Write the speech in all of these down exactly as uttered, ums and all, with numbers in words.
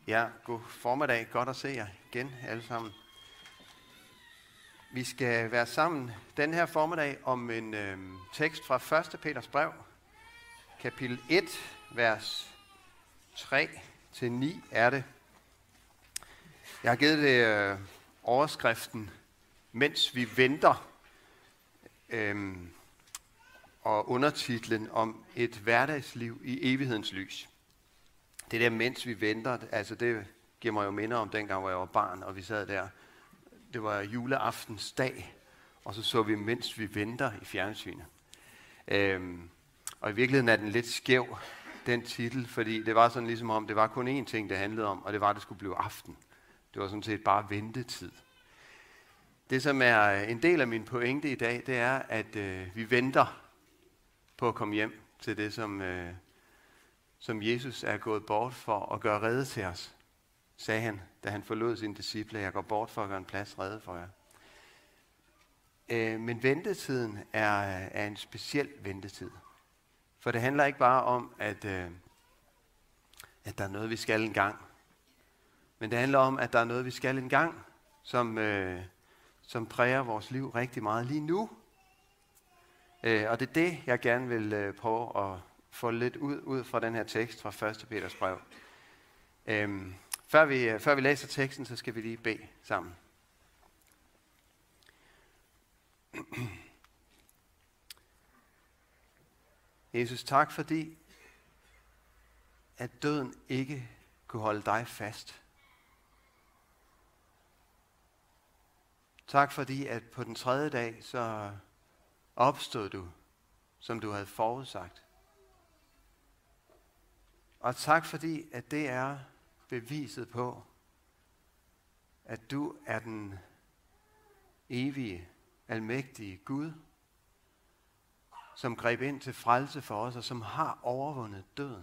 Ja, god formiddag. Godt at se jer igen alle sammen. Vi skal være sammen den her formiddag om en øh, tekst fra første Peters brev, kapitel et, vers tre til ni er det. Jeg har givet det øh, overskriften, mens vi venter, øh, og undertitlen om et hverdagsliv i evighedens lys. Det der, mens vi venter, altså det giver mig jo minder om dengang, hvor jeg var barn, og vi sad der. Det var juleaftens dag, og så så vi, mens vi venter i fjernsynet. Øhm, og i virkeligheden er den lidt skæv, den titel, fordi det var sådan ligesom om, det var kun én ting, det handlede om, og det var, at det skulle blive aften. Det var sådan set bare ventetid. Det, som er en del af min pointe i dag, det er, at øh, vi venter på at komme hjem til det, som... Øh, som Jesus er gået bort for at gøre rede til os, sagde han, da han forlod sine disciple, jeg går bort for at gøre en plads rede for jer. Øh, men ventetiden er, er en speciel ventetid. For det handler ikke bare om, at, øh, at der er noget, vi skal en gang. Men det handler om, at der er noget, vi skal en gang, som, øh, som præger vores liv rigtig meget lige nu. Øh, og det er det, jeg gerne vil øh, prøve at få lidt ud, ud fra den her tekst fra første Peters brev. Øhm, før, vi, før vi læser teksten, så skal vi lige bede sammen. Jesus, tak fordi, at døden ikke kunne holde dig fast. Tak fordi, at på den tredje dag, så opstod du, som du havde forudsagt. Og tak fordi, at det er beviset på, at du er den evige, almægtige Gud, som greb ind til frelse for os, og som har overvundet døden.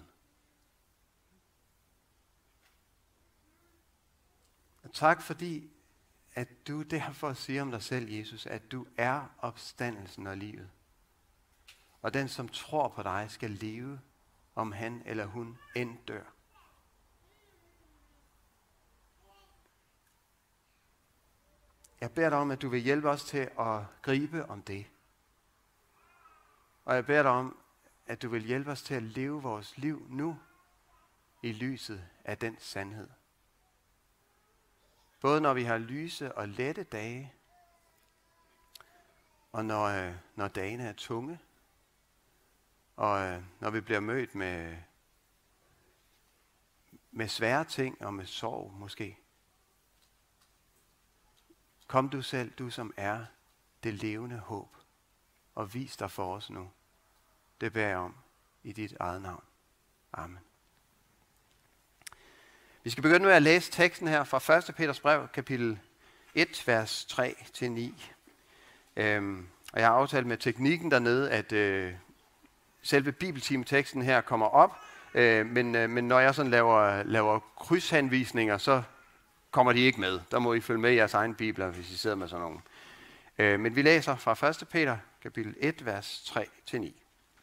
Og tak fordi, at du derfor siger om dig selv, Jesus, at du er opstandelsen og livet. Og den, som tror på dig, skal leve, om han eller hun end dør. Jeg beder dig om, at du vil hjælpe os til at gribe om det. Og jeg beder dig om, at du vil hjælpe os til at leve vores liv nu i lyset af den sandhed. Både når vi har lyse og lette dage, og når, når dagene er tunge, og når vi bliver mødt med, med svære ting og med sorg måske. Kom du selv, du som er det levende håb, og vis dig for os nu. Det beder jeg om i dit eget navn. Amen. Vi skal begynde med at læse teksten her fra første Peters brev, kapitel et, vers tre til ni. Øhm, og jeg har aftalt med teknikken dernede, at... Øh, Selve bibeltimeteksten her kommer op, øh, men, øh, men når jeg sådan laver, laver krydshenvisninger, så kommer de ikke med. Der må I følge med i jeres egen bibler, hvis I sidder med sådan nogle. Øh, men vi læser fra første Peter, kapitel et, vers tre til ni.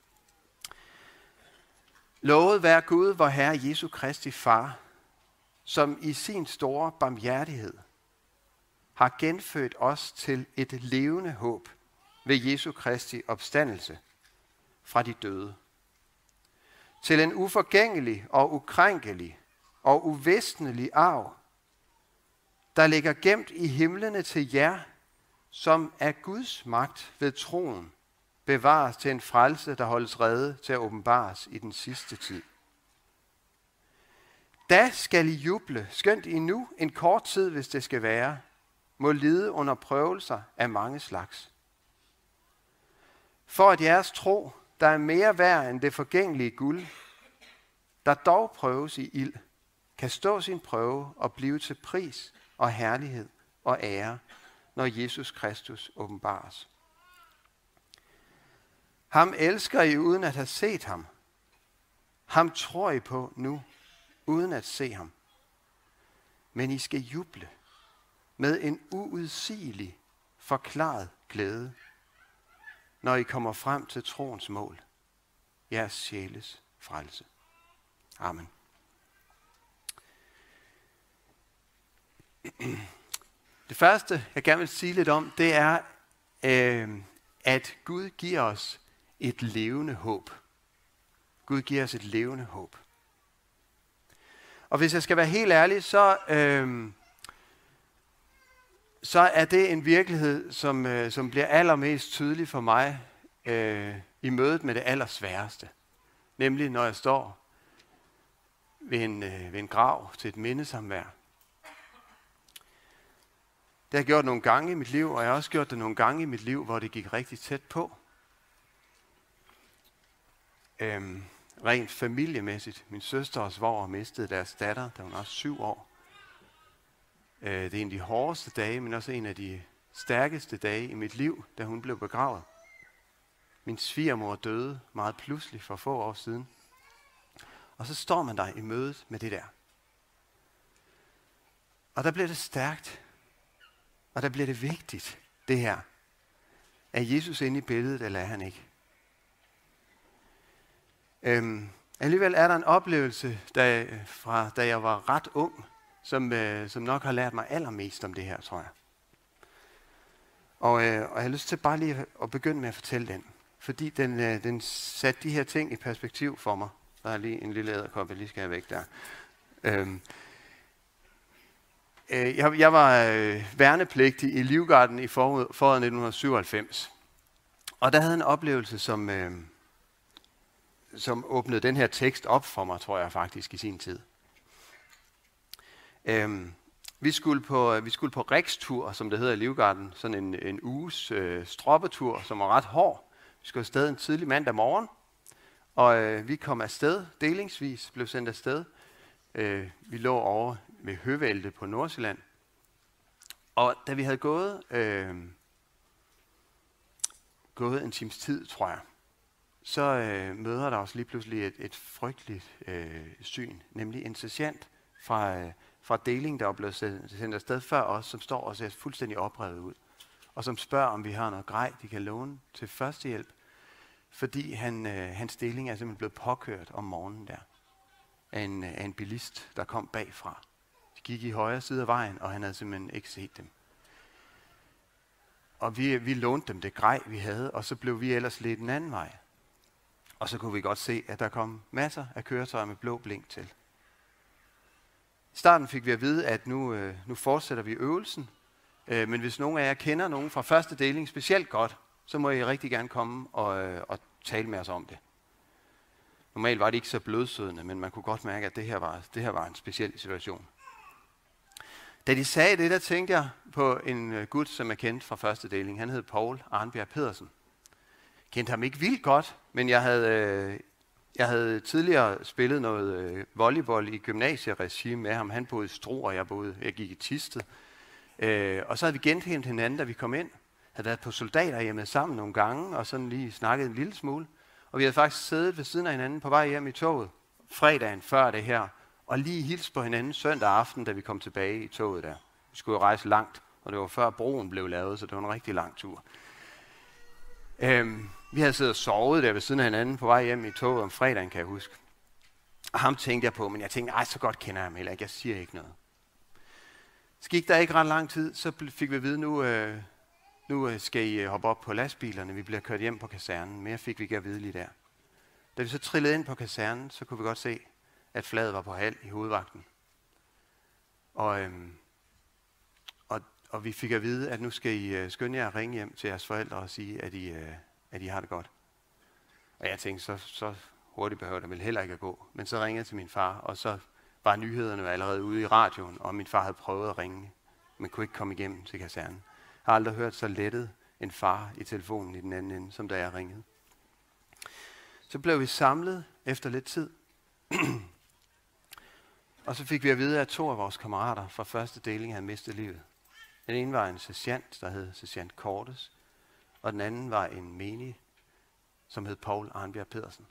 Lovet være Gud, vor Herre Jesu Kristi Far, som i sin store barmhjertighed har genfødt os til et levende håb ved Jesu Kristi opstandelse fra de døde, til en uforgængelig og ukrænkelig og uvæsnelig arv, der ligger gemt i himlene til jer, som af Guds magt ved troen bevares til en frelse, der holdes rede til at åbenbares i den sidste tid. Da skal I juble, skønt I nu en kort tid, hvis det skal være, må lide under prøvelser af mange slags. For at jeres tro, der er mere værd end det forgængelige guld, der dog prøves i ild, kan stå sin prøve og blive til pris og herlighed og ære, når Jesus Kristus åbenbares. Ham elsker I uden at have set ham. Ham tror I på nu, uden at se ham. Men I skal juble med en uudsigelig, forklaret glæde, når I kommer frem til troens mål, jeres sjæles frelse. Amen. Det første, jeg gerne vil sige lidt om, det er, øh, at Gud giver os et levende håb. Gud giver os et levende håb. Og hvis jeg skal være helt ærlig, så, øh, så er det en virkelighed, som, øh, som bliver allermest tydelig for mig øh, i mødet med det allersværeste. Nemlig når jeg står ved en, øh, ved en grav til et mindesamvær. Det har jeg gjort nogle gange i mit liv, og jeg har også gjort det nogle gange i mit liv, hvor det gik rigtig tæt på. Øhm, rent familiemæssigt. Min søster og svoger mistede deres datter, da hun var syv år. Øh, det er en af de hårdeste dage, men også en af de stærkeste dage i mit liv, da hun blev begravet. Min svigermor døde meget pludselig for få år siden. Og så står man der i mødet med det der. Og der bliver det stærkt. Og der bliver det vigtigt, det her. Er Jesus inde i billedet, eller er han ikke? Øhm, alligevel er der en oplevelse, da, fra da jeg var ret ung, som, øh, som nok har lært mig allermest om det her, tror jeg. Og, øh, og jeg har lyst til bare lige at begynde med at fortælle den. Fordi den, øh, den satte de her ting i perspektiv for mig. Der er lige en lille edderkop, jeg lige skal have væk der. Øhm, øh, jeg, jeg var øh, værnepligtig i Livgarden i foråret, foråret nitten syvoghalvfems. Og der havde jeg en oplevelse, som, øh, som åbnede den her tekst op for mig, tror jeg faktisk, i sin tid. Øhm, vi, skulle på, vi skulle på Rikstur, som det hedder i Livgarden. Sådan en, en uges øh, stroppetur, som var ret hård. Vi skulle afsted en tidlig mandag morgen. Og øh, vi kom afsted, delingsvis, blev sendt afsted. Øh, vi lå over ved Høvelte på Nordsjælland. Og da vi havde gået, øh, gået en times tid, tror jeg, så øh, møder der os lige pludselig et, et frygteligt øh, syn. Nemlig en sergeant fra, øh, fra deling, der var blevet sendt afsted før os, som står og ser fuldstændig oprevet ud. Og som spørger, om vi har noget grej, de kan låne til førstehjælp. Fordi han, øh, hans deling er simpelthen blevet påkørt om morgenen der. Af en, af en bilist, der kom bagfra. De gik i højre side af vejen, og han havde simpelthen ikke set dem. Og vi, vi lånte dem det grej, vi havde, og så blev vi ellers lidt en anden vej. Og så kunne vi godt se, at der kom masser af køretøjer med blå blink til. I starten fik vi at vide, at nu, øh, nu fortsætter vi øvelsen. Øh, men hvis nogen af jer kender nogen fra første deling specielt godt, så må I rigtig gerne komme og, øh, og tale med os om det. Normalt var det ikke så blødsødende, men man kunne godt mærke, at det her var, det her var en speciel situation. Da de sagde det, der tænkte jeg på en øh, gut, som er kendt fra første deling. Han hed Poul Arnbjerg Pedersen. Jeg kendte ham ikke vildt godt, men jeg havde, øh, jeg havde tidligere spillet noget øh, volleyball i gymnasieregi med ham. Han boede i Struer, og jeg, boede, jeg gik i Thisted. Øh, og så havde vi genkendt hinanden, da vi kom ind. Havde været på soldaterhjemmet sammen nogle gange, og sådan lige snakket en lille smule. Og vi havde faktisk siddet ved siden af hinanden på vej hjem i toget, fredagen før det her, og lige hilst på hinanden søndag aften, da vi kom tilbage i toget der. Vi skulle jo rejse langt, og det var før broen blev lavet, så det var en rigtig lang tur. Øhm, vi havde siddet og sovet der ved siden af hinanden på vej hjem i toget om fredagen, kan jeg huske. Og ham tænkte jeg på, men jeg tænkte, ej, så godt kender jeg ham heller ikke, jeg siger ikke noget. Så gik der ikke ret lang tid, så fik vi at vide, nu, øh, nu skal I hoppe op på lastbilerne, vi bliver kørt hjem på kasernen. Mere fik vi ikke at vide lige der. Da vi så trillede ind på kasernen, så kunne vi godt se, at flaget var på halv i hovedvagten. Og, øhm, og, og vi fik at vide, at nu skal I øh, skynde jer at ringe hjem til jeres forældre og sige, at I, øh, at I har det godt. Og jeg tænkte, så, så hurtigt behøver det vel heller ikke at gå. Men så ringede jeg til min far, og så var nyhederne allerede ude i radioen, og min far havde prøvet at ringe, men kunne ikke komme igennem til kasernen. Jeg har aldrig hørt så lettet en far i telefonen i den anden ende, som da jeg ringede. Så blev vi samlet efter lidt tid. Og så fik vi at vide, at to af vores kammerater fra første deling havde mistet livet. Den ene var en sergeant, der hed sergeant Kortes, og den anden var en menig, som hed Poul Arnbjerg Pedersen.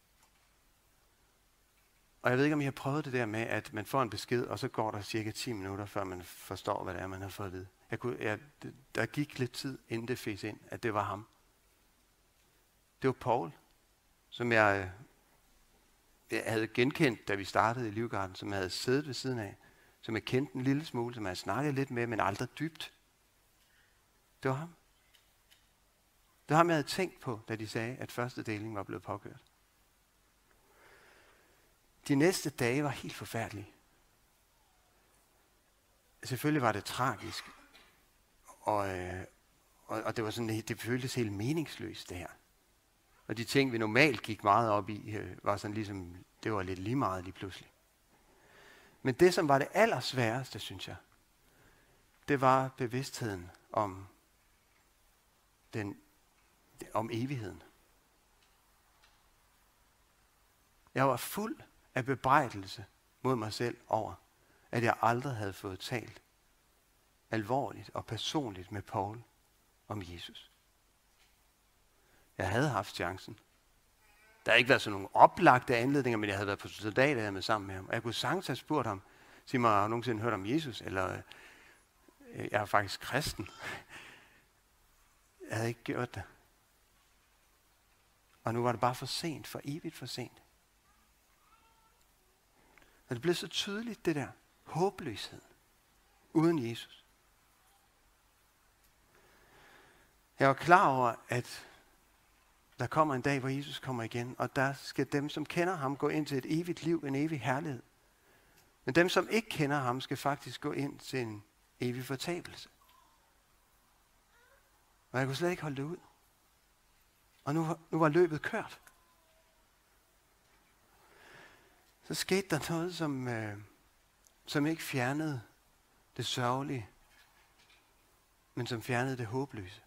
Og jeg ved ikke, om I har prøvet det der med, at man får en besked, og så går der cirka ti minutter, før man forstår, hvad det er, man har fået at vide. Jeg kunne, jeg, der gik lidt tid, inden det fik ind, at det var ham. Det var Poul, som jeg, jeg havde genkendt, da vi startede i Livgarden, som jeg havde siddet ved siden af, som jeg kendte en lille smule, som jeg havde snakket lidt med, men aldrig dybt Det var ham. Det var ham, jeg havde tænkt på, da de sagde, at første deling var blevet påkørt. De næste dage var helt forfærdelige. Selvfølgelig var det tragisk, og, øh, og, og det var sådan, det føltes helt meningsløst, det her. Og de ting, vi normalt gik meget op i, øh, var sådan ligesom, det var lidt lige meget lige pludselig. Men det, som var det allersværeste, synes jeg, det var bevidstheden om, den, om evigheden. Jeg var fuld af bebrejdelse mod mig selv over, at jeg aldrig havde fået talt alvorligt og personligt med Paul om Jesus. Jeg havde haft chancen. Der havde ikke været sådan nogle oplagte anledninger, men jeg havde været på soldater med sammen med ham. Og jeg kunne sagtens have spurgt ham, sig mig, har du nogensinde hørt om Jesus? Eller, øh, jeg er faktisk kristen. Jeg havde ikke gjort det. Og nu var det bare for sent, for evigt for sent. Og det blev så tydeligt, det der håbløshed uden Jesus. Jeg var klar over, at der kommer en dag, hvor Jesus kommer igen, og der skal dem, som kender ham, gå ind til et evigt liv, en evig herlighed. Men dem, som ikke kender ham, skal faktisk gå ind til en evig fortabelse. Og jeg kunne slet ikke holde det ud. Og nu, nu var løbet kørt. Så skete der noget, som, øh, som ikke fjernede det sørgelige, men som fjernede det håbløse.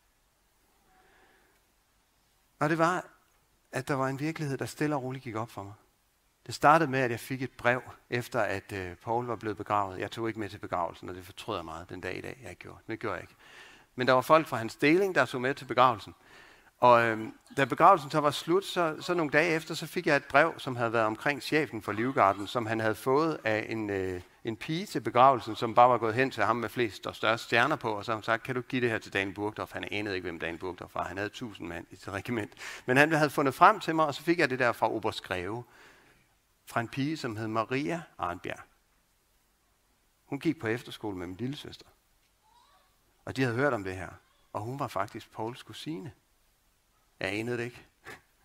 Og det var, at der var en virkelighed, der stille og roligt gik op for mig. Det startede med, at jeg fik et brev, efter at øh, Paul var blevet begravet. Jeg tog ikke med til begravelsen, og det fortrød jeg meget den dag i dag, jeg gjorde. Det gjorde jeg ikke. Men der var folk fra hans deling, der tog med til begravelsen. Og øh, da begravelsen så var slut, så, så nogle dage efter, så fik jeg et brev, som havde været omkring chefen for Livgarden, som han havde fået af en, øh, en pige til begravelsen, som bare var gået hen til ham med flest og største stjerner på, og så har hun sagt, kan du give det her til Daniel Burgdorf? Han anede ikke, hvem Daniel Burgdorf var. Han havde tusind mand i sit regiment. Men han havde fundet frem til mig, og så fik jeg det der fra Oberst Greve, fra en pige, som hed Maria Arnbjerg. Hun gik på efterskole med min lillesøster. Og de havde hørt om det her, og hun var faktisk Pauls kusine. Jeg anede det ikke.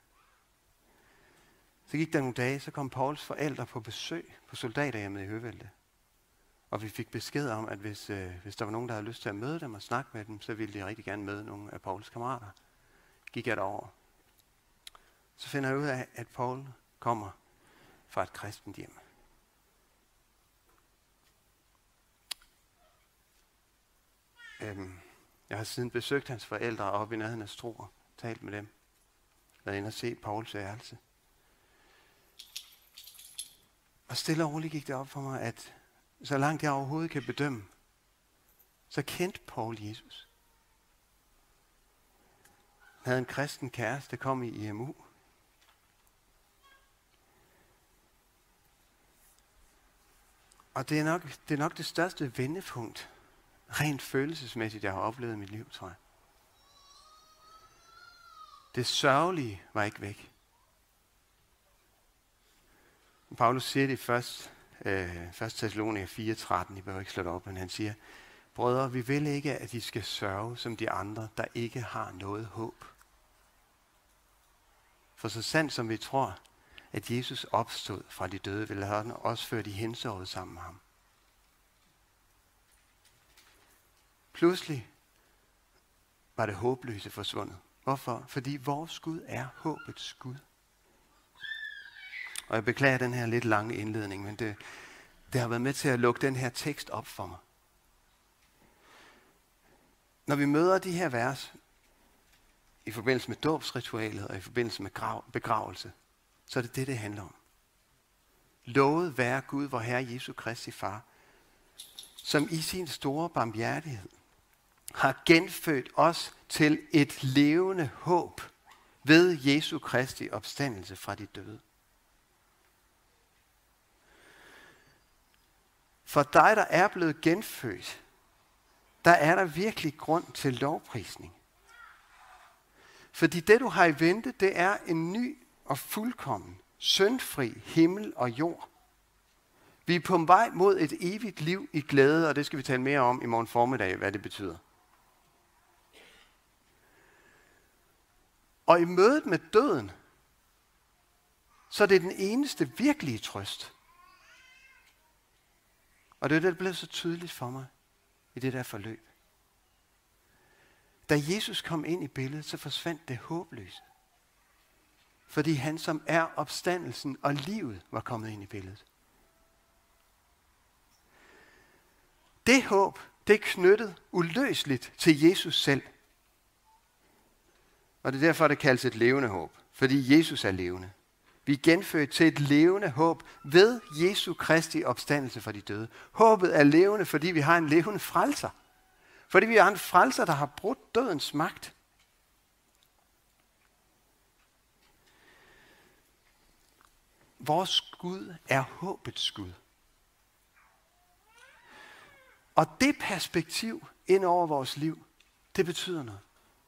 Så gik der nogle dage, så kom Pauls forældre på besøg på soldaterhjemmet i Høvelte. Og vi fik besked om, at hvis, øh, hvis der var nogen, der havde lyst til at møde dem og snakke med dem, så ville de rigtig gerne møde nogle af Pauls kammerater. Gik jeg derover. Så finder jeg ud af, at Paul kommer fra et kristent hjem. Øhm, jeg har siden besøgt hans forældre oppe i nærheden af Struer, talt med dem, været inde og se Pauls værelse. Og stille og roligt gik det op for mig, at så langt jeg overhovedet kan bedømme, så kendte Paul Jesus. Han havde en kristen kæreste, der kom i I M U. Og det er nok det, er nok det største vendepunkt, rent følelsesmæssigt, jeg har oplevet i mit liv, tror jeg. Det sørgelige var ikke væk. Paulus siger det i først, øh, første Thessaloniker fire tretten, I behøver ikke slå det op, men han siger, brødre, vi vil ikke, at I skal sørge som de andre, der ikke har noget håb. For så sandt som vi tror, at Jesus opstod fra de døde, vil han også føre de hensårede sammen med ham. Pludselig var det håbløse forsvundet. Hvorfor? Fordi vores Gud er håbets Gud. Og jeg beklager den her lidt lange indledning, men det, det har været med til at lukke den her tekst op for mig. Når vi møder de her vers i forbindelse med dåbsritualet og i forbindelse med grav, begravelse, så er det det, det handler om. Lovet være Gud, vor Herre Jesu Kristi Far, som i sin store barmhjertighed har genfødt os til et levende håb ved Jesu Kristi opstandelse fra de døde. For dig, der er blevet genfødt, der er der virkelig grund til lovprisning. Fordi det, du har i vente, det er en ny og fuldkommen, syndfri himmel og jord. Vi er på vej mod et evigt liv i glæde, og det skal vi tale mere om i morgen formiddag, hvad det betyder. Og i mødet med døden, så er det den eneste virkelige trøst. Og det er det, der blev så tydeligt for mig i det der forløb. Da Jesus kom ind i billedet, så forsvandt det håbløse. Fordi han, som er opstandelsen og livet, var kommet ind i billedet. Det håb, det er knyttet uløseligt til Jesus selv. Og det er derfor, det kaldes et levende håb. Fordi Jesus er levende. Vi er genfødt til et levende håb ved Jesu Kristi opstandelse fra de døde. Håbet er levende, fordi vi har en levende frelser. Fordi vi har en frelser, der har brudt dødens magt. Vores Gud er håbets Gud. Og det perspektiv ind over vores liv, det betyder noget.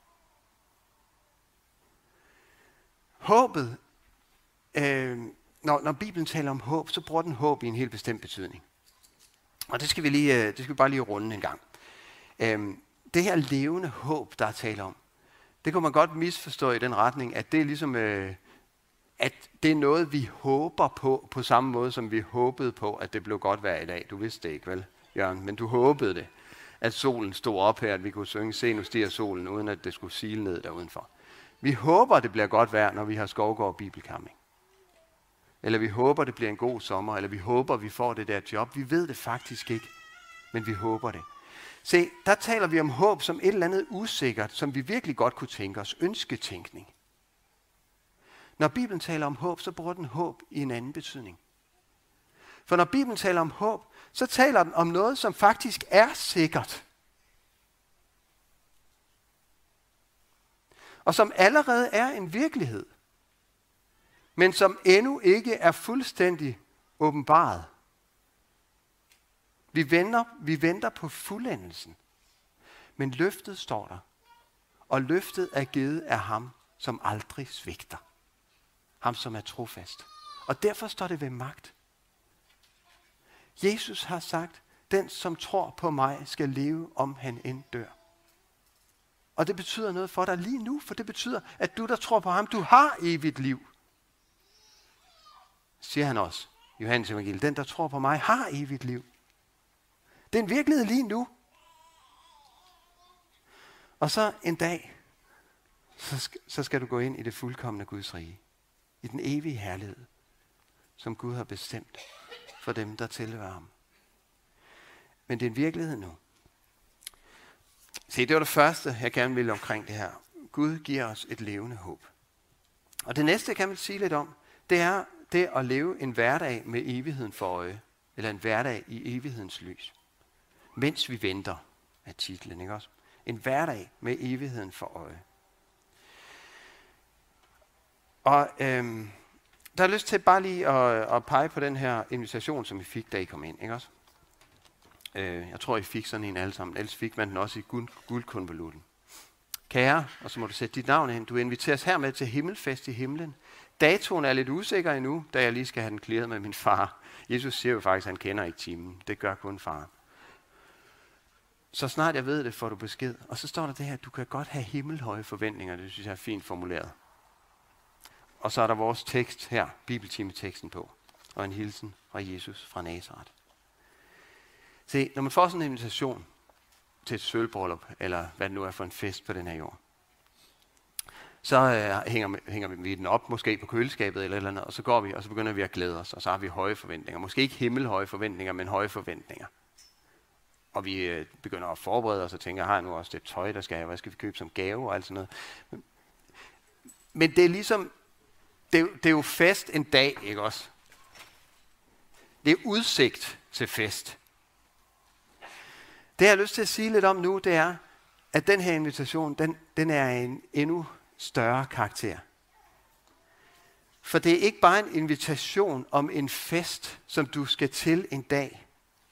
Håbet, øh, når, når Bibelen taler om håb, så bruger den håb i en helt bestemt betydning. Og det skal vi, lige, det skal vi bare lige runde en gang. Øh, det her levende håb, der er tale om, det kunne man godt misforstå i den retning, at det er ligesom, øh, at det er noget, vi håber på, på samme måde, som vi håbede på, at det blev godt vejr i dag. Du vidste det ikke, vel, Jørgen? Men du håbede det, at solen stod op her, at vi kunne synge, se nu stiger solen, uden at det skulle sile ned der udenfor. Vi håber, det bliver godt vejr, når vi har Skovgård Bibelcamping. Eller vi håber, det bliver en god sommer, eller vi håber, vi får det der job. Vi ved det faktisk ikke, men vi håber det. Se, der taler vi om håb som et eller andet usikkert, som vi virkelig godt kunne tænke os. Ønsketænkning. Når Bibelen taler om håb, så bruger den håb i en anden betydning. For når Bibelen taler om håb, så taler den om noget, som faktisk er sikkert. Og som allerede er en virkelighed, men som endnu ikke er fuldstændig åbenbaret. Vi venter, vi venter på fuldendelsen, men løftet står der, og løftet er givet af ham, som aldrig svigter. Ham, som er trofast. Og derfor står det ved magt. Jesus har sagt, den som tror på mig, skal leve, om han end dør. Og det betyder noget for dig lige nu, for det betyder, at du, der tror på ham, du har evigt liv. Siger han også, Johannes Evangeliet, den, der tror på mig, har evigt liv. Det er en virkelighed lige nu. Og så en dag, så skal, så skal du gå ind i det fuldkomne Guds rige. I den evige herlighed, som Gud har bestemt for dem, der tilhører ham. Men det er en virkelighed nu. Se, det var det første, jeg gerne ville omkring det her. Gud giver os et levende håb. Og det næste, jeg kan sige lidt om, det er det at leve en hverdag med evigheden for øje. Eller en hverdag i evighedens lys. Mens vi venter, er titlen, ikke også? En hverdag med evigheden for øje. Og øhm, der er lyst til bare lige at, at pege på den her invitation, som I fik, da I kom ind, ikke også? Øh, jeg tror, I fik sådan en alle sammen. Ellers fik man den også i guld, guldkonvolutten. Kære, og så må du sætte dit navn ind. Du inviteres hermed til himmelfest i himlen. Datoen er lidt usikker endnu, da jeg lige skal have den clearet med min far. Jesus siger jo faktisk, at han kender ikke timen. Det gør kun far. Så snart jeg ved det, får du besked. Og så står der det her, at du kan godt have himmelhøje forventninger. Det synes jeg er fint formuleret. Og så er der vores tekst her, bibeltimeteksten på. Og en hilsen fra Jesus fra Nazaret. Se, når man får sådan en invitation til et sølvbryllup, eller hvad det nu er for en fest på den her jord, så øh, hænger, hænger vi den op, måske på køleskabet eller eller andet, og så går vi, og så begynder vi at glæde os, og så har vi høje forventninger. Måske ikke himmelhøje forventninger, men høje forventninger. Og vi øh, begynder at forberede os og tænker, har jeg nu også det tøj, der skal have, hvad skal vi købe som gave og alt sådan noget. Men, men det er ligesom, det er, det er jo fest en dag, ikke også? Det er udsigt til fest. Det jeg har lyst til at sige lidt om nu, det er, at den her invitation, den, den er en endnu større karakter. For det er ikke bare en invitation om en fest, som du skal til en dag.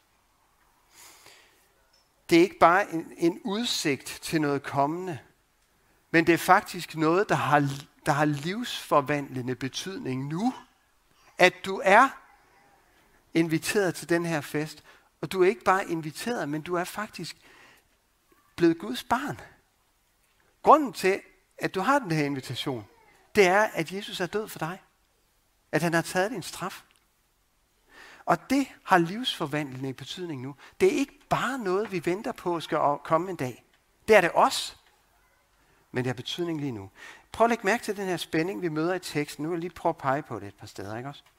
Det er ikke bare en, en udsigt til noget kommende, men det er faktisk noget, der har, der har livsforvandlende betydning nu. At du er inviteret til den her fest, og du er ikke bare inviteret, men du er faktisk blevet Guds barn. Grunden til, at du har den her invitation, det er, at Jesus er død for dig. At han har taget din straf. Og det har livsforvandlende betydning nu. Det er ikke bare noget, vi venter på skal komme en dag. Det er det også. Men det har betydning lige nu. Prøv at lægge mærke til den her spænding, vi møder i teksten. Nu vil jeg lige prøve at pege på det et par steder, ikke også?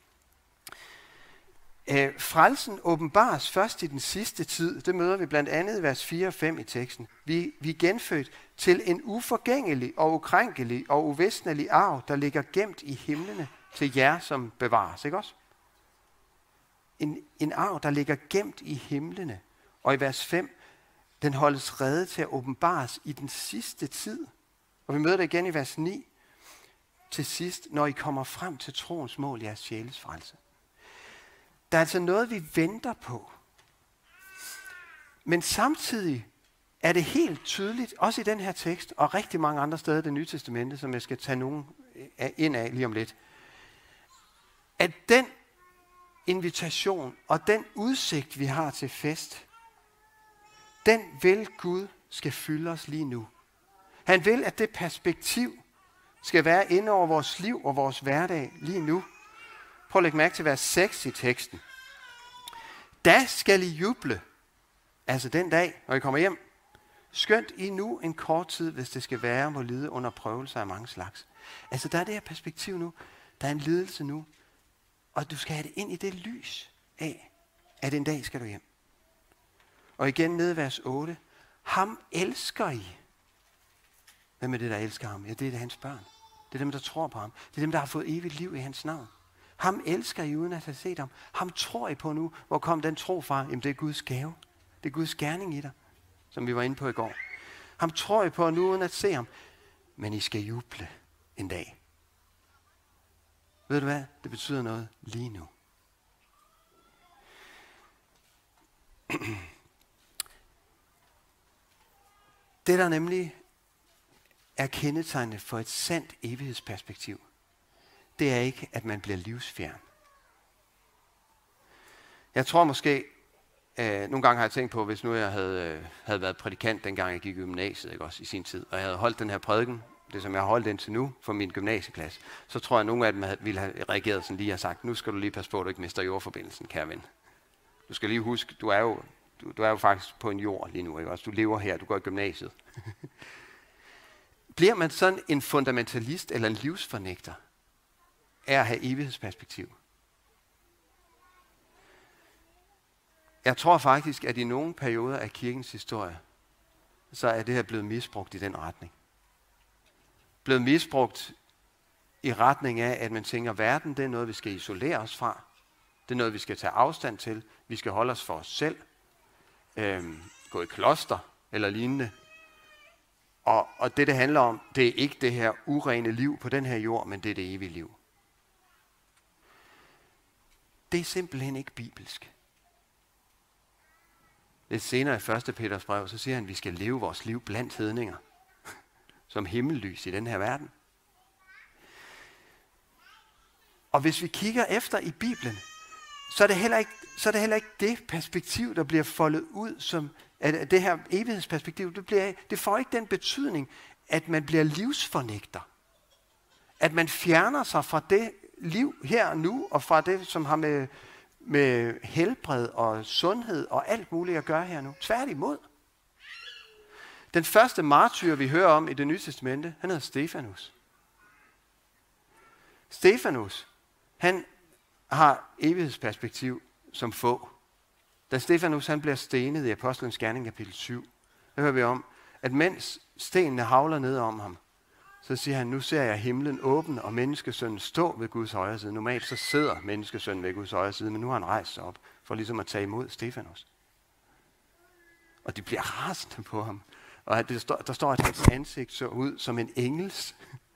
Æh, frelsen åbenbares først i den sidste tid. Det møder vi blandt andet i vers fire og fem i teksten. Vi, vi er genfødt til en uforgængelig og ukrænkelig og uvæsnelig arv, der ligger gemt i himlene til jer, som bevares, ikke også? En, en arv, der ligger gemt i himlene. Og i vers fem, den holdes rede til at åbenbares i den sidste tid. Og vi møder det igen i vers ni. Til sidst, når I kommer frem til troens mål, jeres sjæles frelse. Der er altså noget, vi venter på. Men samtidig er det helt tydeligt, også i den her tekst, og rigtig mange andre steder i Det Nye Testamente, som jeg skal tage nogen ind af lige om lidt, at den invitation og den udsigt, vi har til fest, den vil Gud skal fylde os lige nu. Han vil, at det perspektiv skal være inde over vores liv og vores hverdag lige nu. Prøv at lægge mærke til vers seks i teksten. Da skal I juble, altså den dag, når I kommer hjem, skønt I nu en kort tid, hvis det skal være, må lide under prøvelser af mange slags. Altså der er det her perspektiv nu, der er en lidelse nu, og du skal have det ind i det lys af, at en dag skal du hjem. Og igen nede i vers otte. Ham elsker I. Hvem er det, der elsker ham? Ja, det er hans børn. Det er dem, der tror på ham. Det er dem, der har fået evigt liv i hans navn. Ham elsker I uden at have set ham. Ham tror I på nu. Hvor kom den tro fra? Jamen det er Guds gave. Det er Guds gerning i dig, som vi var inde på i går. Ham tror I på nu uden at se ham. Men I skal juble en dag. Ved du hvad? Det betyder noget lige nu. Det der nemlig er kendetegnende for et sandt evighedsperspektiv, det er ikke, at man bliver livsfjern. Jeg tror måske, øh, nogle gange har jeg tænkt på, hvis nu jeg havde, øh, havde været prædikant, dengang jeg gik i gymnasiet, ikke, også i sin tid, og jeg havde holdt den her prædiken, det som jeg har holdt indtil nu for min gymnasieklasse, så tror jeg, at nogle af dem havde, ville have reageret sådan lige og sagt, nu skal du lige passe på, at du ikke mister jordforbindelsen, kære ven. Du skal lige huske, du er jo, du, du er jo faktisk på en jord lige nu, ikke også? Du lever her, du går i gymnasiet. Bliver man sådan en fundamentalist eller en livsfornægter af at have evighedsperspektiv? Jeg tror faktisk, at i nogle perioder af kirkens historie, så er det her blevet misbrugt i den retning. Blevet misbrugt i retning af, at man tænker, at verden det er noget, vi skal isolere os fra. Det er noget, vi skal tage afstand til. Vi skal holde os for os selv. Øhm, gå i kloster eller lignende. Og, og det, det handler om, det er ikke det her urene liv på den her jord, men det er det evige liv. Det er simpelthen ikke bibelsk. Lidt senere i første Peters brev, så siger han, at vi skal leve vores liv blandt hedninger. Som himmellys i den her verden. Og hvis vi kigger efter i Bibelen, så er det heller ikke, så er det, heller ikke det perspektiv, der bliver foldet ud, som at det her evighedsperspektiv, det, bliver, det får ikke den betydning, at man bliver livsfornægter. At man fjerner sig fra det liv her og nu, og fra det, som har med, med helbred og sundhed og alt muligt at gøre her nu. Tværtimod. Den første martyr, vi hører om i Det Nye Testamente, han hedder Stefanus. Stefanus, han har evighedsperspektiv som få. Da Stefanus han bliver stenet i Apostlenes Gerning kapitel syv, der hører vi om, at mens stenene havler ned om ham, så siger han, nu ser jeg himlen åben, og menneskesønnen stå ved Guds højre side. Normalt så sidder menneskesønnen ved Guds højre side, men nu har han rejst sig op, for ligesom at tage imod Stefanus. Og de bliver rasende på ham. Og det står, der står, at hans ansigt så ud som en engels.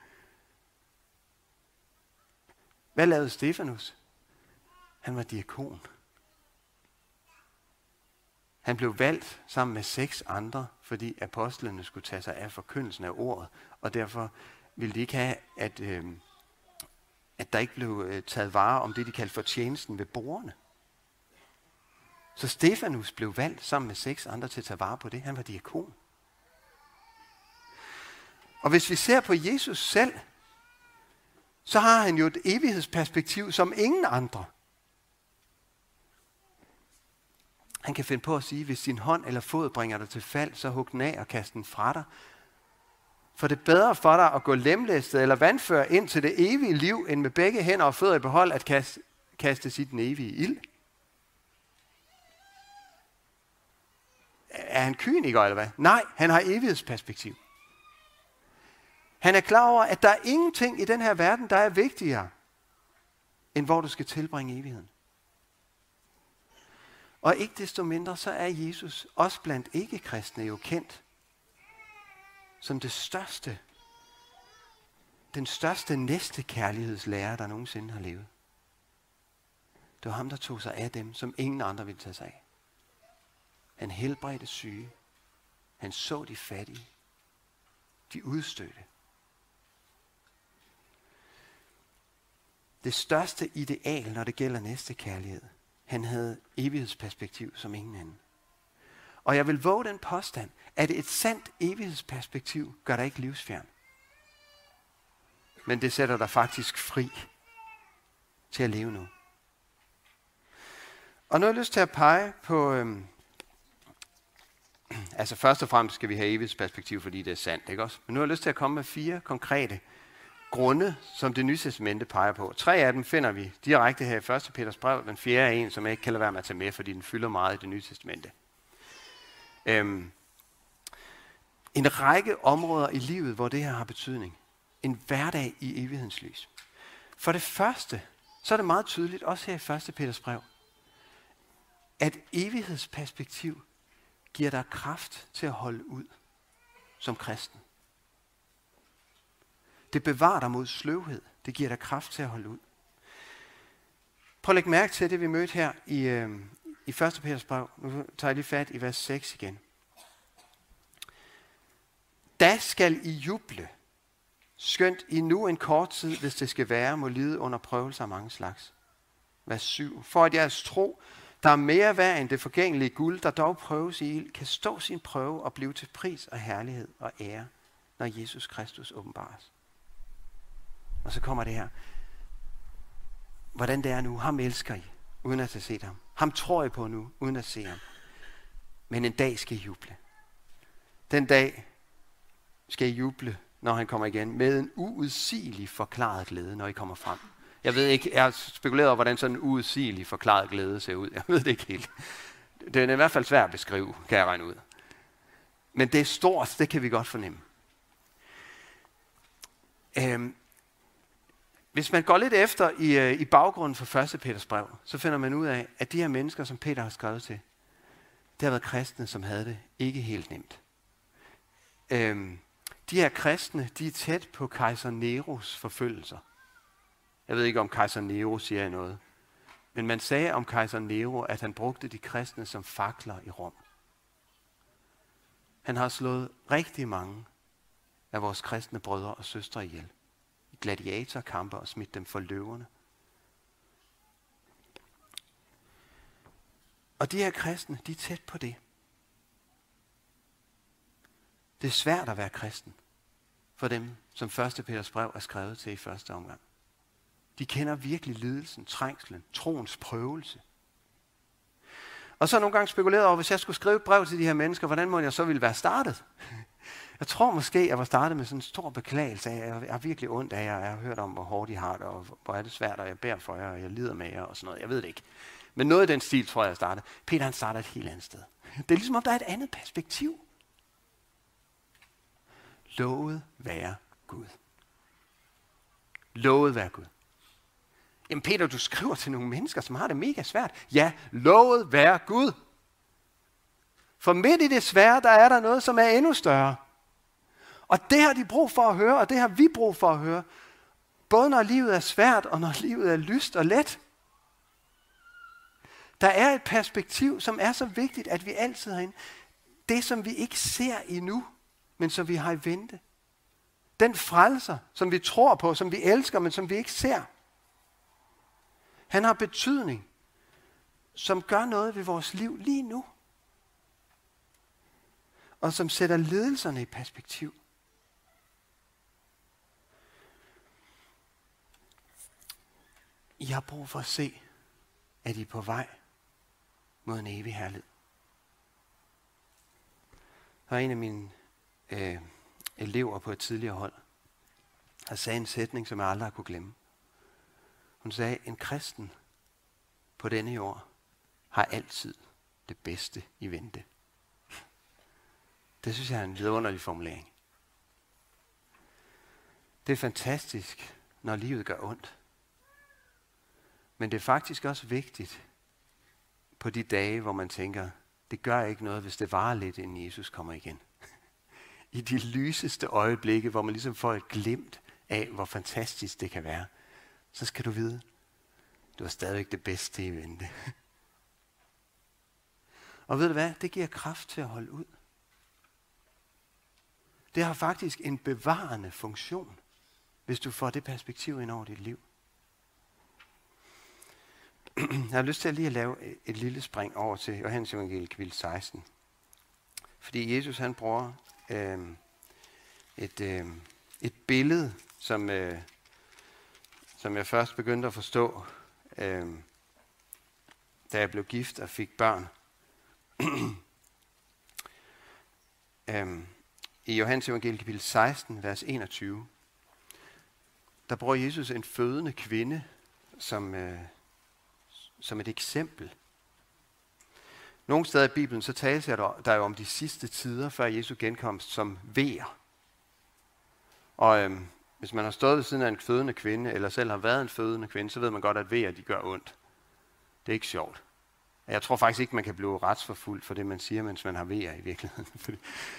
Hvad lavede Stefanus? Han var diakon. Han blev valgt sammen med seks andre, fordi apostlene skulle tage sig af forkyndelsen af ordet, og derfor ville de ikke have, at, øh, at der ikke blev øh, taget vare om det, de kaldte for tjenesten ved bordene. Så Stefanus blev valgt sammen med seks andre til at tage vare på det. Han var diakon. Og hvis vi ser på Jesus selv, så har han jo et evighedsperspektiv som ingen andre. Han kan finde på at sige, hvis din hånd eller fod bringer dig til fald, så hug den af og kast den fra dig. For det er bedre for dig at gå lemlæstet eller vandføre ind til det evige liv, end med begge hænder og fødder i behold at kaste, kaste sit den evige ild. Er han kyniker eller hvad? Nej, han har evighedsperspektiv. Han er klar over, at der er ingenting i den her verden, der er vigtigere, end hvor du skal tilbringe evigheden. Og ikke desto mindre, så er Jesus også blandt ikke-kristne jo kendt som det største, den største næstekærlighedslærer, der nogensinde har levet. Det var ham, der tog sig af dem, som ingen andre ville tage sig af. Han helbredte syge. Han så de fattige. De udstødte. Det største ideal, når det gælder næstekærlighed. Han havde evighedsperspektiv som ingen anden. Og jeg vil våge den påstand, at et sandt evighedsperspektiv gør dig ikke livsfjern. Men det sætter dig faktisk fri til at leve nu. Og nu har jeg lyst til at pege på, øhm, altså først og fremmest skal vi have evighedsperspektiv, fordi det er sandt, ikke også? Men nu har jeg lyst til at komme med fire konkrete grunde, som det nye testamente peger på. Tre af dem finder vi direkte her i første Peters brev. Den fjerde er en, som jeg ikke kan lade være med at tage med, fordi den fylder meget i det nye testamente. Øhm, en række områder i livet, hvor det her har betydning. En hverdag i evighedens lys. For det første, så er det meget tydeligt, også her i første Peters brev, at evighedsperspektiv giver dig kraft til at holde ud som kristen. Det bevarer dig mod sløvhed. Det giver dig kraft til at holde ud. Prøv at lægge mærke til det, vi mødte her i, øh, i første Peters brev. Nu tager jeg lige fat i vers seks igen. Da skal I juble, skønt I nu en kort tid, hvis det skal være, må lide under prøvelser af mange slags. Vers syv. For at jeres tro, der er mere værd end det forgængelige guld, der dog prøves i ild, kan stå sin prøve og blive til pris og herlighed og ære, når Jesus Kristus åbenbares. Og så kommer det her. Hvordan det er nu. Ham elsker I, uden at have set ham. Ham tror I på nu, uden at se ham. Men en dag skal I juble. Den dag skal I juble, når han kommer igen, med en uudsigelig forklaret glæde, når I kommer frem. Jeg ved ikke, jeg har spekuleret over, hvordan sådan en uudsigelig forklaret glæde ser ud. Jeg ved det ikke helt. Det er i hvert fald svært at beskrive, kan jeg regne ud. Men det er stort, det kan vi godt fornemme. Øhm, Hvis man går lidt efter i, i baggrunden for første Peters brev, så finder man ud af, at de her mennesker, som Peter har skrevet til, det har været kristne, som havde det ikke helt nemt. Øhm, de her kristne, de er tæt på kejser Neros forfølgelser. Jeg ved ikke, om kejser Nero siger noget. Men man sagde om kejser Nero, at han brugte de kristne som fakler i Rom. Han har slået rigtig mange af vores kristne brødre og søstre ihjel. I gladiatorkampe og smidt dem for løverne. Og de her kristne, de er tæt på det. Det er svært at være kristen for dem, som første Peters brev er skrevet til i første omgang. De kender virkelig lidelsen, trængslen, troens prøvelse. Og så nogle gange spekuleret over, hvis jeg skulle skrive et brev til de her mennesker, hvordan må jeg så ville være startet? Jeg tror måske, jeg var startet med sådan en stor beklagelse af, jeg er virkelig ondt af jer, jeg har hørt om, hvor hårdt I har det, og hvor er det svært, og jeg beder for jer, og jeg lider med jer, og sådan noget. Jeg ved det ikke. Men noget af den stil, tror jeg, jeg startede. Peter, han starter et helt andet sted. Det er ligesom, om der er et andet perspektiv. Lovet være Gud. Lovet være Gud. Jamen Peter, du skriver til nogle mennesker, som har det mega svært. Ja, lovet være Gud. For midt i det svære, der er der noget, som er endnu større. Og det har de brug for at høre, og det har vi brug for at høre. Både når livet er svært, og når livet er lyst og let. Der er et perspektiv, som er så vigtigt, at vi altid har inde. Det, som vi ikke ser endnu, men som vi har i vente. Den frelser, som vi tror på, som vi elsker, men som vi ikke ser. Han har betydning, som gør noget ved vores liv lige nu. Og som sætter lidelserne i perspektiv. I har brug for at se, at I er på vej mod en evig herlighed. Der er en af mine øh, elever på et tidligere hold, der sagde en sætning, som jeg aldrig har kunne glemme. Hun sagde, en kristen på denne jord har altid det bedste i vente. Det synes jeg er en vidunderlig formulering. Det er fantastisk, når livet gør ondt. Men det er faktisk også vigtigt på de dage, hvor man tænker, det gør ikke noget, hvis det varer lidt, inden Jesus kommer igen. I de lyseste øjeblikke, hvor man ligesom får et glimt af, hvor fantastisk det kan være, så skal du vide, du har stadigvæk det bedste i vente. Og ved du hvad? Det giver kraft til at holde ud. Det har faktisk en bevarende funktion, hvis du får det perspektiv ind over dit liv. Jeg har lyst til at lige at lave et lille spring over til Johannes Evangeliet kapitel seksten. Fordi Jesus han bruger øh, et, øh, et billede, som, øh, som jeg først begyndte at forstå, øh, da jeg blev gift og fik børn. øh, I Johannes Evangeliet kapitel seksten, vers enogtyve, der bruger Jesus en fødende kvinde som, øh, som et eksempel. Nogle steder i Bibelen, så tales der, der jo om de sidste tider før Jesu genkomst som vejer. Og øhm, hvis man har stået ved siden af en fødende kvinde, eller selv har været en fødende kvinde, så ved man godt, at vejer de gør ondt. Det er ikke sjovt. Jeg tror faktisk ikke, man kan blive retsforfulgt for det, man siger, mens man har vejer i virkeligheden.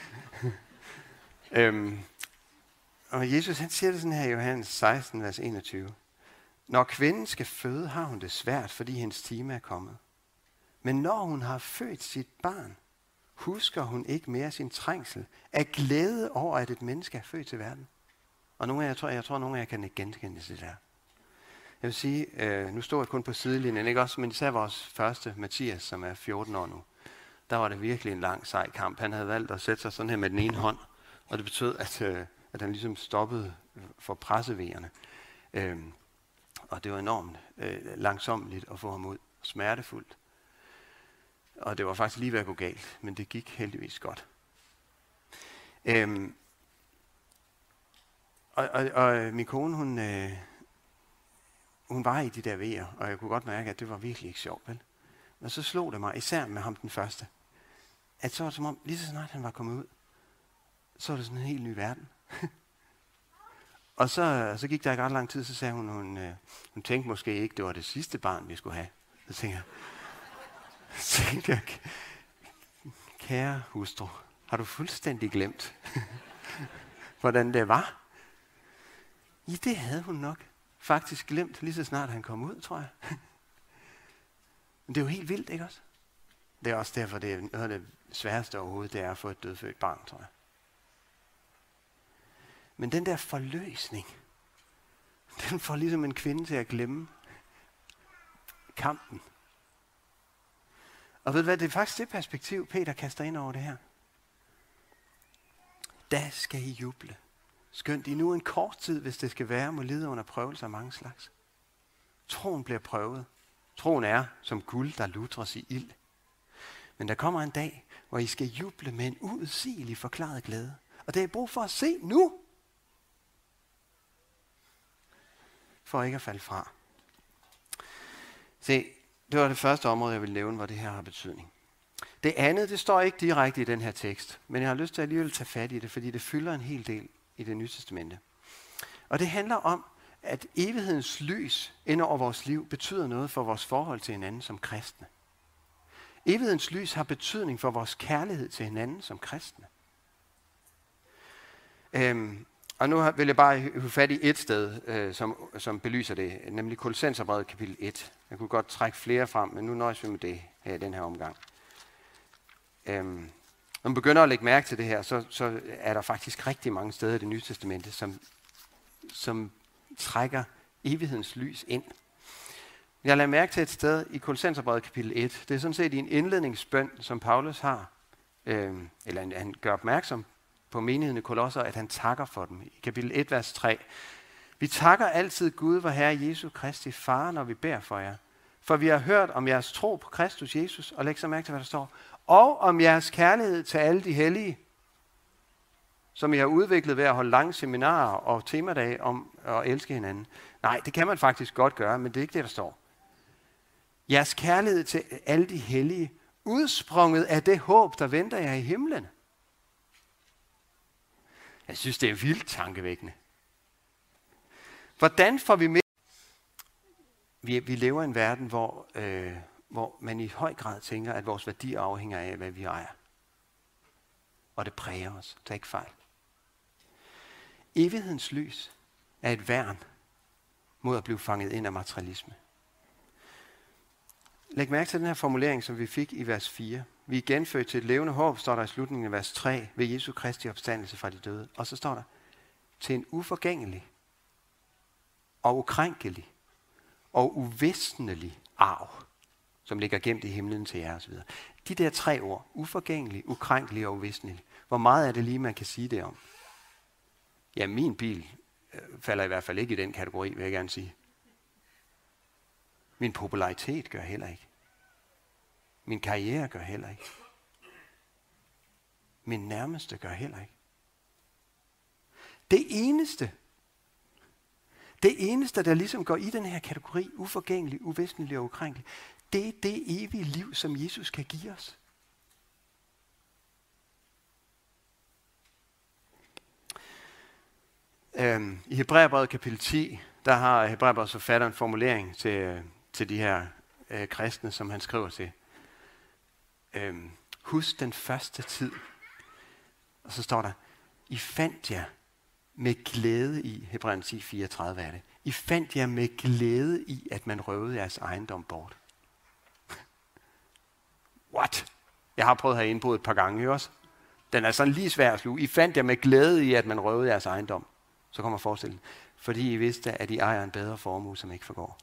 øhm, og Jesus han siger det sådan her i Johannes seksten, vers enogtyve. Når kvinden skal føde, har hun det svært, fordi hendes time er kommet. Men når hun har født sit barn, husker hun ikke mere sin trængsel af glæde over, at et menneske er født til verden. Og nogle af jer, jeg tror, jeg tror, nogle af jer kan ikke genkende det der. Jeg vil sige, øh, nu står jeg kun på sidelinjen, ikke også? Men især vores første, Mathias, som er fjorten år nu, der var det virkelig en lang, sej kamp. Han havde valgt at sætte sig sådan her med den ene hånd, og det betød, at, øh, at han ligesom stoppede for pressevejerne. Øh, og det var enormt øh, langsommeligt at få ham ud, smertefuldt. Og det var faktisk lige ved at gå galt, men det gik heldigvis godt. Øhm, og, og, og min kone, hun, øh, hun var i de der vejer, og jeg kunne godt mærke, at det var virkelig ikke sjovt, vel? Og så slog det mig, især med ham den første, at så var det som om, lige så snart han var kommet ud, så var det sådan en helt ny verden. Og så, så gik der ikke ret lang tid, så sagde hun, hun, øh, hun tænkte måske ikke, det var det sidste barn, vi skulle have. Så tænkte jeg, så tænkte jeg, kære hustru, har du fuldstændig glemt, hvordan det var? Ja, det havde hun nok faktisk glemt, lige så snart han kom ud, tror jeg. Men det er jo helt vildt, ikke også? Det er også derfor, det er noget af det sværeste overhovedet, det er at få et dødfødt barn, tror jeg. Men den der forløsning, den får ligesom en kvinde til at glemme kampen. Og ved du hvad, det er faktisk det perspektiv, Peter kaster ind over det her. Da skal I juble. Skønt I nu en kort tid, hvis det skal være, må lide under prøvelser af mange slags. Troen bliver prøvet. Troen er som guld, der lutres i ild. Men der kommer en dag, hvor I skal juble med en uudsigelig forklaret glæde. Og det er brug for at se nu. For ikke at falde fra. Se, det var det første område, jeg ville nævne, hvor det her har betydning. Det andet, det står ikke direkte i den her tekst, men jeg har lyst til at alligevel tage fat i det, fordi det fylder en hel del i Det Nye Testamente. Og det handler om, at evighedens lys ind over vores liv betyder noget for vores forhold til hinanden som kristne. Evighedens lys har betydning for vores kærlighed til hinanden som kristne. Øhm, og nu vil jeg bare hive fat i et sted, øh, som, som belyser det, nemlig Kolossenserbrevet kapitel et. Jeg kunne godt trække flere frem, men nu nøjes vi med det her i den her omgang. Øhm, når man begynder at lægge mærke til det her, så, så er der faktisk rigtig mange steder i Det Nye Testamente, som, som trækker evighedens lys ind. Jeg lader mærke til et sted i Kolossenserbrevet kapitel et. Det er sådan set i en indledningsbøn, som Paulus har, øhm, eller han gør opmærksom på menigheden i Kolosser, at han takker for dem. I kapitel et, vers tre. Vi takker altid Gud, vor Herre Jesu Kristi Far, når vi beder for jer. For vi har hørt om jeres tro på Kristus Jesus, og læg så mærke til, hvad der står, og om jeres kærlighed til alle de hellige, som I har udviklet ved at holde lange seminarer og temadage om at elske hinanden. Nej, det kan man faktisk godt gøre, men det er ikke det, der står. Jeres kærlighed til alle de hellige, udsprunget af det håb, der venter jer i himlen. Jeg synes, det er vildt tankevækkende. Hvordan får vi med? Vi, vi lever i en verden, hvor, øh, hvor man i høj grad tænker, at vores værdier afhænger af, hvad vi ejer. Og det præger os. Tag ikke fejl. Evighedens lys er et værn mod at blive fanget ind af materialisme. Læg mærke til den her formulering, som vi fik i vers fire. Vi er genfødt til et levende håb, står der i slutningen af vers tre, ved Jesu Kristi opstandelse fra de døde. Og så står der, til en uforgængelig og ukrænkelig og uvisnelig arv, som ligger gemt i himlen til jer osv. De der tre ord, uforgængelig, ukrænkelig og uvisnelig, hvor meget er det lige, man kan sige det om? Ja, min bil øh, falder i hvert fald ikke i den kategori, vil jeg gerne sige. Min popularitet gør heller ikke. Min karriere gør heller ikke. Min nærmeste gør heller ikke. Det eneste, det eneste, der ligesom går i den her kategori, uforgængelig, uvæsentlig og ukrænkelig, det er det evige liv, som Jesus kan give os. Øhm, I Hebræerbrevet kapitel ti, der har Hebræerbrevets forfatter en formulering til, til de her øh, kristne, som han skriver til. Øhm, Husk den første tid. Og så står der, I fandt jer med glæde i, Hebræerne ti fireogtredive er det, I fandt jer med glæde i, at man røvede jeres ejendom bort. What? Jeg har prøvet at have indbrud et par gange, ikke også? Den er sådan lige svær at sluge. I fandt jer med glæde i, at man røvede jeres ejendom. Så kommer forestillingen. Fordi I vidste, at I ejer en bedre formue, som ikke forgår.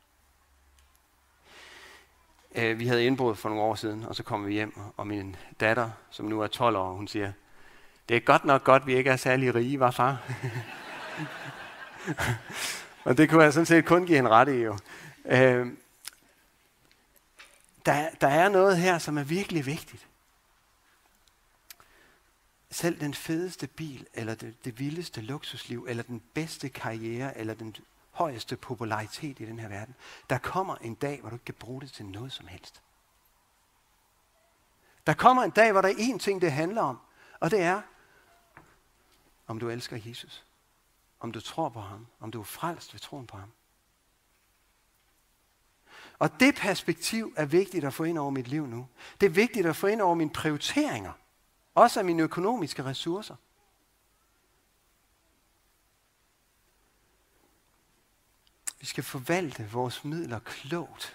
Vi havde indbrud for nogle år siden, og så kom vi hjem, og min datter, som nu er tolv år, hun siger, det er godt nok godt, vi ikke er særlig rige, var far? Og det kunne jeg sådan set kun give hende ret i, jo. Øh, der, der er noget her, som er virkelig vigtigt. Selv den fedeste bil, eller det, det vildeste luksusliv, eller den bedste karriere, eller den højeste popularitet i den her verden, der kommer en dag, hvor du ikke kan bruge det til noget som helst. Der kommer en dag, hvor der er én ting, det handler om, og det er, om du elsker Jesus, om du tror på ham, om du er frelst ved troen på ham. Og det perspektiv er vigtigt at få ind over mit liv nu. Det er vigtigt at få ind over mine prioriteringer, også af mine økonomiske ressourcer. Vi skal forvalte vores midler klogt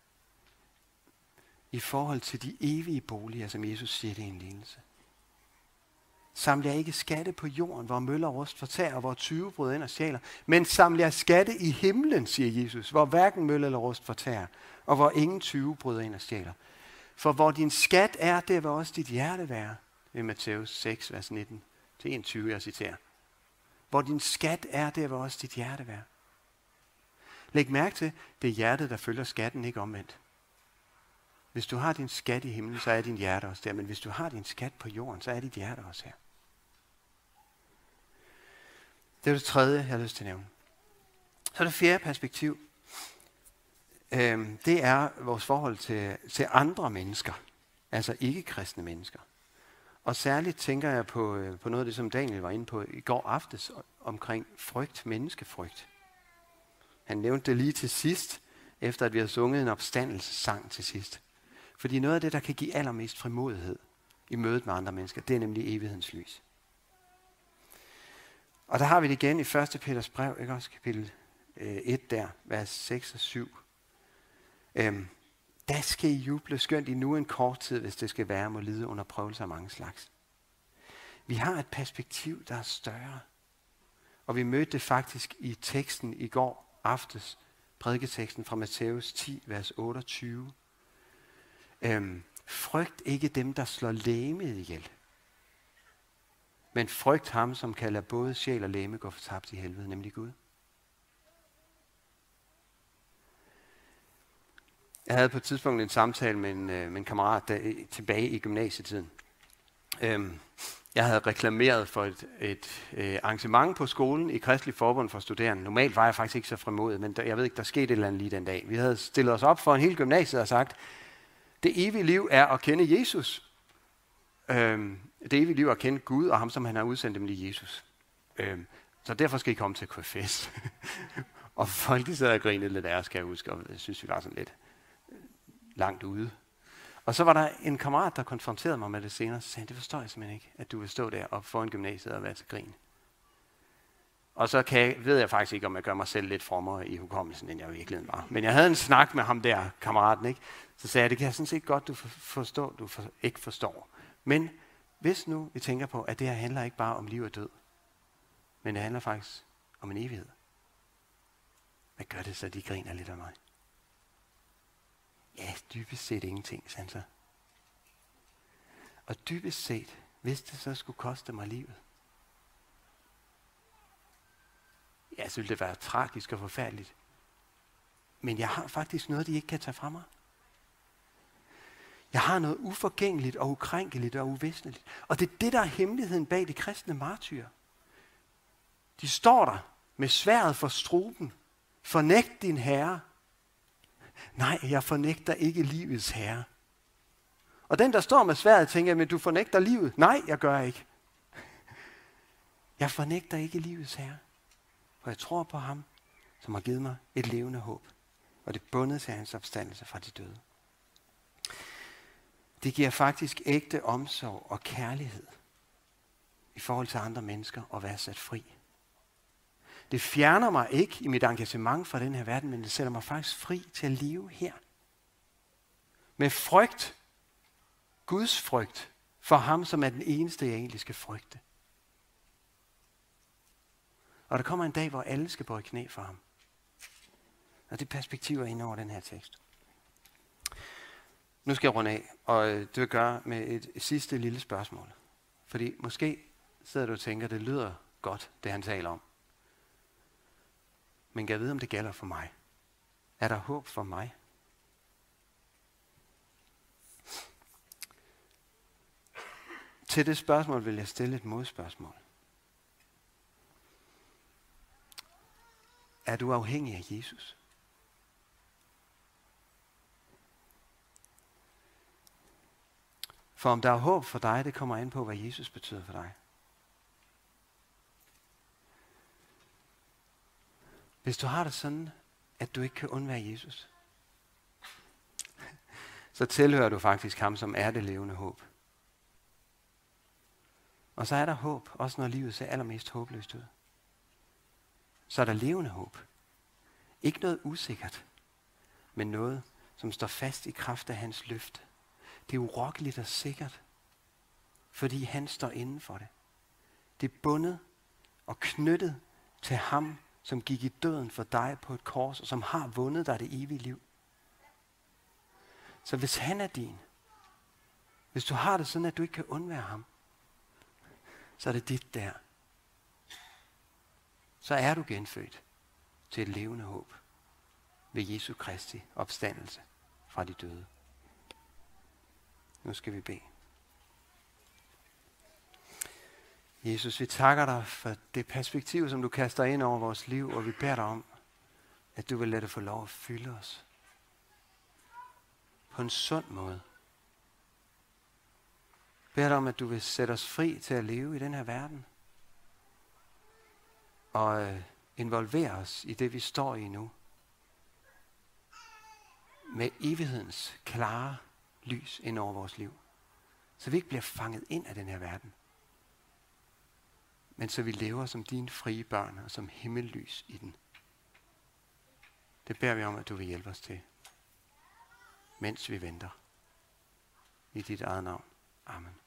i forhold til de evige boliger, som Jesus siger, det er en lignelse. Saml jer ikke skatte på jorden, hvor møller og rust fortærer, og hvor tyve bryder ind og stjæler, men saml jer skatte i himlen, siger Jesus, hvor hverken møller eller rust fortærer, og hvor ingen tyve bryder ind og stjæler. For hvor din skat er, der vil også dit hjerte være. Ved Matthæus seks, vers nitten til enogtyve, jeg citerer. Hvor din skat er, der vil også dit hjerte være. Læg mærke til, det er hjertet, der følger skatten, ikke omvendt. Hvis du har din skat i himlen, så er din hjerte også der. Men hvis du har din skat på jorden, så er dit hjerte også her. Det er det tredje, jeg har lyst til at nævne. Så det fjerde perspektiv. Øhm, det er vores forhold til, til andre mennesker. Altså ikke-kristne mennesker. Og særligt tænker jeg på, på noget af det, som Daniel var inde på i går aftes, omkring frygt, menneskefrygt. Han nævnte det lige til sidst, efter at vi har sunget en opstandelsessang til sidst. Fordi noget af det, der kan give allermest frimodighed i mødet med andre mennesker, det er nemlig evighedens lys. Og der har vi det igen i første Peters brev, ikke også, kapitel øh, et der, vers seks og syv. Øhm, der skal I juble, skønt I nu en kort tid, hvis det skal være, må lide under prøvelser af mange slags. Vi har et perspektiv, der er større. Og vi mødte det faktisk i teksten i går aftes, prædiketeksten fra Matthæus ti, vers otteogtyve. Øhm, frygt ikke dem, der slår legemet ihjel. Men frygt ham, som kan lade både sjæl og legeme gå fortabt i helvede, nemlig Gud. Jeg havde på et tidspunkt en samtale med en, øh, med en kammerat der, tilbage i gymnasietiden. Øhm, jeg havde reklameret for et, et øh, arrangement på skolen i Kristelig Forbund for Studerende. Normalt var jeg faktisk ikke så frimodig, men der, jeg ved ikke, der skete et eller andet lige den dag. Vi havde stillet os op for en hel gymnasiet og sagt, det evige liv er at kende Jesus. Øhm, det evige liv er at kende Gud og ham, som han har udsendt, nemlig Jesus. Øhm, så derfor skal I komme til K F S. Og folk de sad og grinede lidt af os, kan jeg huske, og jeg synes, vi var sådan lidt langt ude. Og så var der en kammerat, der konfronterede mig med det senere, og sagde, det forstår jeg simpelthen ikke, at du vil stå der og få en gymnasiet og være til grin. Og så kan jeg, ved jeg faktisk ikke, om jeg gør mig selv lidt frommere i hukommelsen, end jeg virkelig var. Men jeg havde en snak med ham der, kammeraten, ikke? Så sagde jeg, det kan jeg sådan set godt, du forstår, du for, ikke forstår. Men hvis nu vi tænker på, at det her handler ikke bare om liv og død, men det handler faktisk om en evighed. Hvad gør det så, de griner lidt af mig? Ja, dybest set ingenting, sagde han så. Og dybest set, hvis det så skulle koste mig livet. Ja, så ville det være tragisk og forfærdeligt. Men jeg har faktisk noget, de ikke kan tage fra mig. Jeg har noget uforgængeligt og ukrænkeligt og uvisneligt. Og det er det, der er hemmeligheden bag de kristne martyrer. De står der med sværdet for struben. Fornægt din herre. Nej, jeg fornægter ikke livets herre. Og den, der står med sværdet, tænker, men du fornægter livet. Nej, jeg gør ikke. Jeg fornægter ikke livets herre. For jeg tror på ham, som har givet mig et levende håb. Og det er bundet til hans opstandelse fra de døde. Det giver faktisk ægte omsorg og kærlighed i forhold til andre mennesker at være sat fri. Det fjerner mig ikke i mit engagement for den her verden, men det sætter mig faktisk fri til at leve her. Med frygt, Guds frygt, for ham, som er den eneste, jeg egentlig skal frygte. Og der kommer en dag, hvor alle skal bøje knæ for ham. Og det perspektiv er inde over den her tekst. Nu skal jeg runde af, og det vil jeg gøre med et sidste lille spørgsmål. Fordi måske sidder du og tænker, det lyder godt, det han taler om. Men kan jeg vide, om det gælder for mig? Er der håb for mig? Til det spørgsmål vil jeg stille et modspørgsmål. Er du afhængig af Jesus? For om der er håb for dig, det kommer an på, hvad Jesus betyder for dig. Hvis du har det sådan, at du ikke kan undvære Jesus, så tilhører du faktisk ham, som er det levende håb. Og så er der håb, også når livet ser allermest håbløst ud. Så er der levende håb. Ikke noget usikkert, men noget, som står fast i kraft af hans løfte. Det er urokkeligt og sikkert, fordi han står inden for det. Det er bundet og knyttet til ham, som gik i døden for dig på et kors, og som har vundet dig det evige liv. Så hvis han er din, hvis du har det sådan, at du ikke kan undvære ham, så er det dit der. Så er du genfødt til et levende håb ved Jesu Kristi opstandelse fra de døde. Nu skal vi bede. Jesus, vi takker dig for det perspektiv, som du kaster ind over vores liv, og vi beder dig om, at du vil lade det få lov at fylde os på en sund måde. Vi beder dig om, at du vil sætte os fri til at leve i den her verden, og øh, involvere os i det, vi står i nu, med evighedens klare lys ind over vores liv, så vi ikke bliver fanget ind af den her verden, men så vi lever som dine frie børn og som himmellys i den. Det beder vi om, at du vil hjælpe os til, mens vi venter. I dit eget navn. Amen.